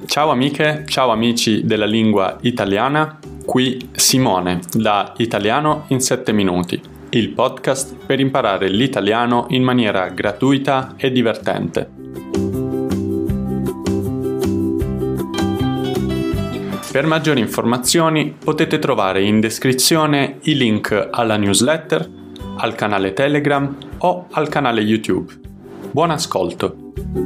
Ciao amiche, ciao amici della lingua italiana, qui Simone da Italiano in 7 minuti, il podcast per imparare l'italiano in maniera gratuita e divertente. Per maggiori informazioni potete trovare in descrizione i link alla newsletter, al canale Telegram o al canale YouTube. Buon ascolto!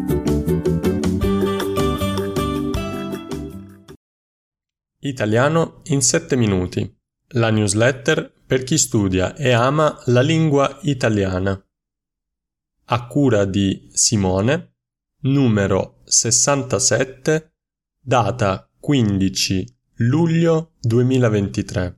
Italiano in 7 minuti, la newsletter per chi studia e ama la lingua italiana. A cura di Simone, numero 67, data 15 luglio 2023.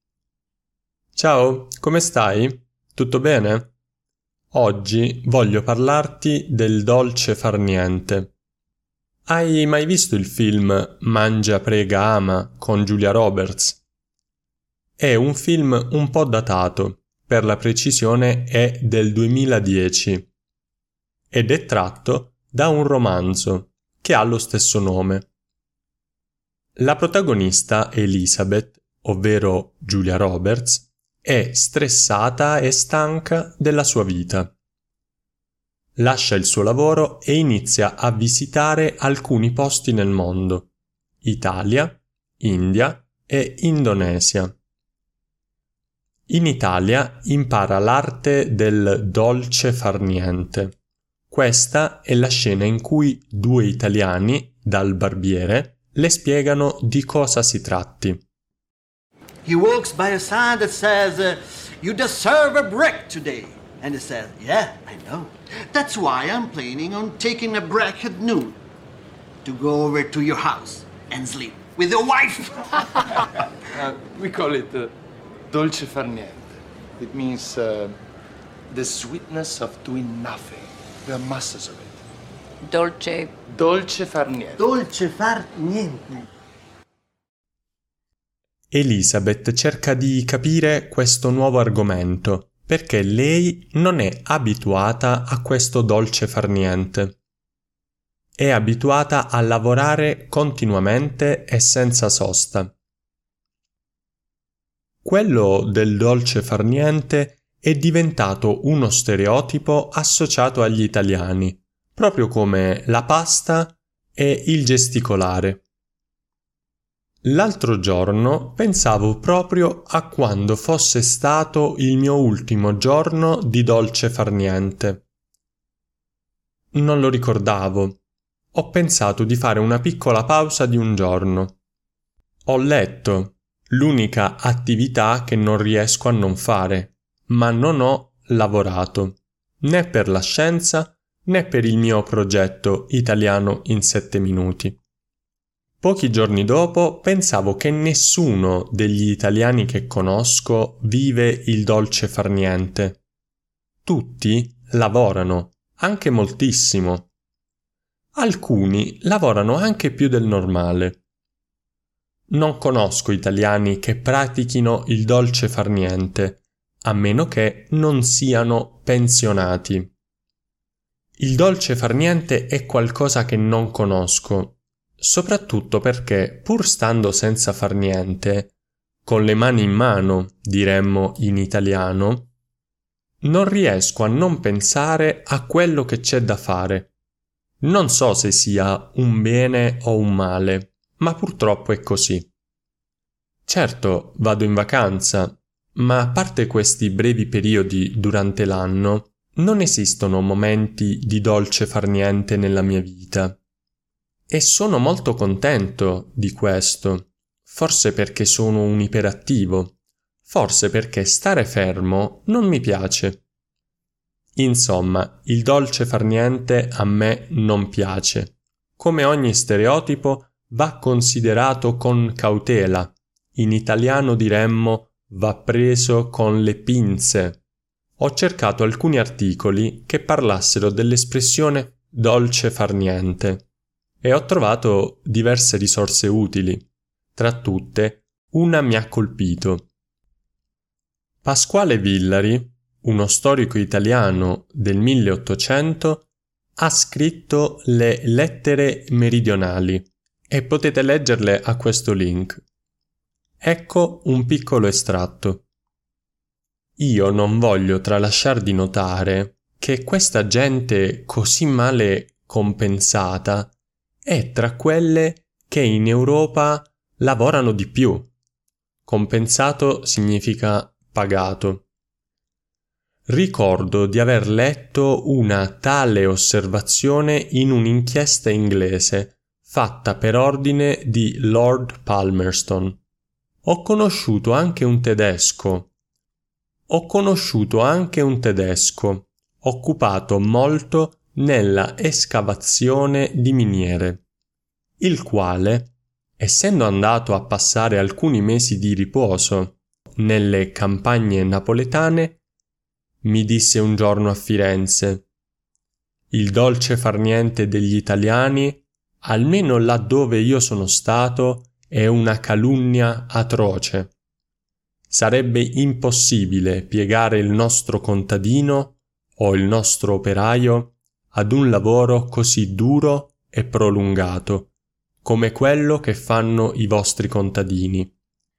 Ciao, come stai? Tutto bene? Oggi voglio parlarti del dolce far niente. Hai mai visto il film Mangia, prega, ama con Julia Roberts? È un film un po' datato, per la precisione è del 2010, ed è tratto da un romanzo che ha lo stesso nome. La protagonista Elizabeth, ovvero Julia Roberts, è stressata e stanca della sua vita. Lascia il suo lavoro e inizia a visitare alcuni posti nel mondo: Italia, India e Indonesia. In Italia impara l'arte del dolce far niente. Questa è la scena in cui 2 italiani, dal barbiere, le spiegano di cosa si tratti. He walks by a sign that says, you deserve a break today. And he says, yeah, I know. That's why I'm planning on taking a break at noon to go over to your house and sleep with your wife. We call it dolce far niente. It means the sweetness of doing nothing. The masses of it. Dolce far niente. Dolce far niente. Elisabeth cerca di capire questo nuovo argomento perché lei non è abituata a questo dolce far niente. È abituata a lavorare continuamente e senza sosta. Quello del dolce far niente è diventato uno stereotipo associato agli italiani, proprio come la pasta e il gesticolare. L'altro giorno pensavo proprio a quando fosse stato il mio ultimo giorno di dolce far niente. Non lo ricordavo. Ho pensato di fare una piccola pausa di un giorno. Ho letto, l'unica attività che non riesco a non fare, ma non ho lavorato, né per la scienza né per il mio progetto Italiano in 7 minuti. Pochi giorni dopo pensavo che nessuno degli italiani che conosco vive il dolce far niente. Tutti lavorano, anche moltissimo. Alcuni lavorano anche più del normale. Non conosco italiani che pratichino il dolce far niente, a meno che non siano pensionati. Il dolce far niente è qualcosa che non conosco. Soprattutto perché, pur stando senza far niente, con le mani in mano, diremmo in italiano, non riesco a non pensare a quello che c'è da fare. Non so se sia un bene o un male, ma purtroppo è così. Certo, vado in vacanza, ma a parte questi brevi periodi durante l'anno, non esistono momenti di dolce far niente nella mia vita. E sono molto contento di questo, forse perché sono un iperattivo, forse perché stare fermo non mi piace. Insomma, il dolce far niente a me non piace. Come ogni stereotipo, va considerato con cautela. In italiano diremmo va preso con le pinze. Ho cercato alcuni articoli che parlassero dell'espressione dolce far niente. E ho trovato diverse risorse utili. Tra tutte, una mi ha colpito. Pasquale Villari, uno storico italiano del 1800, ha scritto le Lettere meridionali e potete leggerle a questo link. Ecco un piccolo estratto. Io non voglio tralasciar di notare che questa gente così male compensata è tra quelle che in Europa lavorano di più. Compensato significa pagato. Ricordo di aver letto una tale osservazione in un'inchiesta inglese fatta per ordine di Lord Palmerston. Ho conosciuto anche un tedesco occupato molto nella escavazione di miniere, il quale, essendo andato a passare alcuni mesi di riposo nelle campagne napoletane, mi disse un giorno a Firenze: il dolce far niente degli italiani, almeno laddove io sono stato, è una calunnia atroce. Sarebbe impossibile piegare il nostro contadino o il nostro operaio ad un lavoro così duro e prolungato come quello che fanno i vostri contadini.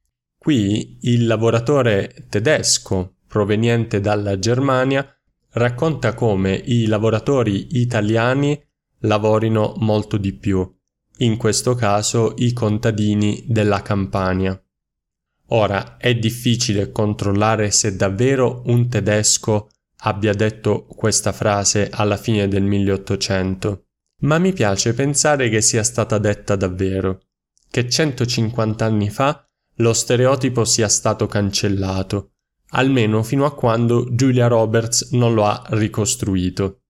Qui il lavoratore tedesco proveniente dalla Germania racconta come i lavoratori italiani lavorino molto di più, in questo caso i contadini della Campania. Ora, è difficile controllare se davvero un tedesco abbia detto questa frase alla fine del 1800, ma mi piace pensare che sia stata detta davvero, che 150 anni fa lo stereotipo sia stato cancellato, almeno fino a quando Julia Roberts non lo ha ricostruito.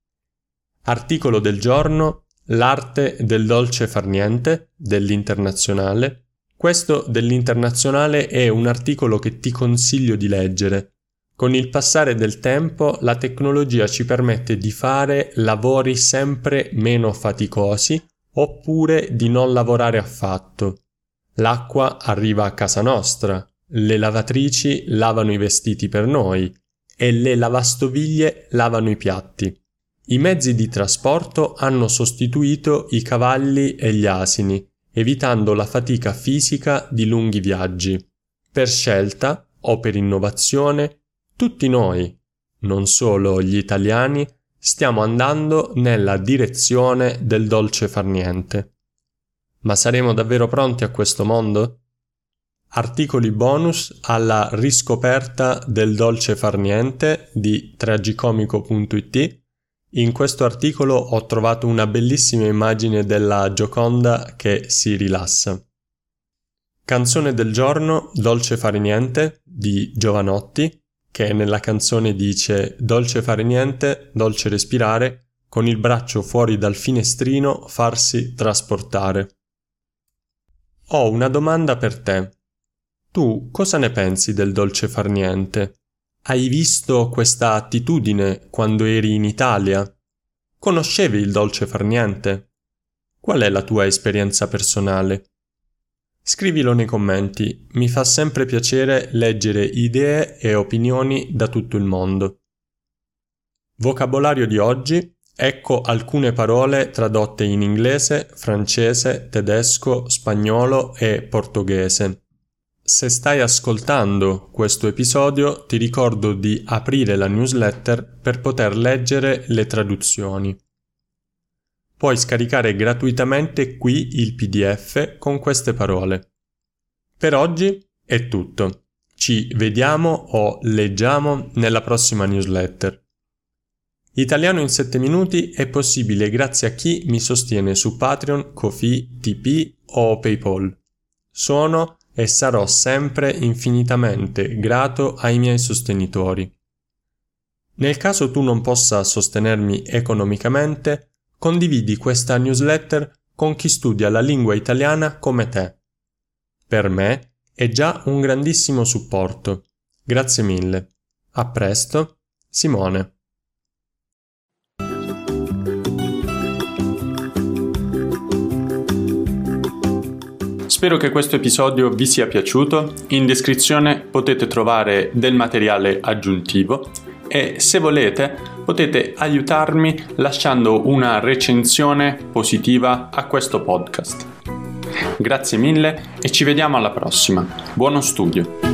Articolo del giorno: l'arte del dolce far niente, dell'Internazionale. Questo dell'Internazionale è un articolo che ti consiglio di leggere. Con il passare del tempo la tecnologia ci permette di fare lavori sempre meno faticosi oppure di non lavorare affatto. L'acqua arriva a casa nostra, le lavatrici lavano i vestiti per noi e le lavastoviglie lavano i piatti. I mezzi di trasporto hanno sostituito i cavalli e gli asini, evitando la fatica fisica di lunghi viaggi. Per scelta o per innovazione, tutti noi, non solo gli italiani, stiamo andando nella direzione del dolce far niente. Ma saremo davvero pronti a questo mondo? Articoli bonus alla riscoperta del dolce far niente di tragicomico.it. In questo articolo ho trovato una bellissima immagine della Gioconda che si rilassa. Canzone del giorno: Dolce fare niente di Giovanotti, che nella canzone dice: dolce fare niente, dolce respirare, con il braccio fuori dal finestrino farsi trasportare. Ho una domanda per te. Tu cosa ne pensi del dolce far niente? Hai visto questa attitudine quando eri in Italia? Conoscevi il dolce far niente? Qual è la tua esperienza personale? Scrivilo nei commenti, mi fa sempre piacere leggere idee e opinioni da tutto il mondo. Vocabolario di oggi: ecco alcune parole tradotte in inglese, francese, tedesco, spagnolo e portoghese. Se stai ascoltando questo episodio, ti ricordo di aprire la newsletter per poter leggere le traduzioni. Puoi scaricare gratuitamente qui il PDF con queste parole. Per oggi è tutto. Ci vediamo o leggiamo nella prossima newsletter. Italiano in 7 minuti è possibile grazie a chi mi sostiene su Patreon, Ko-fi, Tipeee o PayPal. Sono e sarò sempre infinitamente grato ai miei sostenitori. Nel caso tu non possa sostenermi economicamente, condividi questa newsletter con chi studia la lingua italiana come te. Per me è già un grandissimo supporto. Grazie mille. A presto, Simone. Spero che questo episodio vi sia piaciuto. In descrizione potete trovare del materiale aggiuntivo e se volete potete aiutarmi lasciando una recensione positiva a questo podcast. Grazie mille e ci vediamo alla prossima. Buono studio!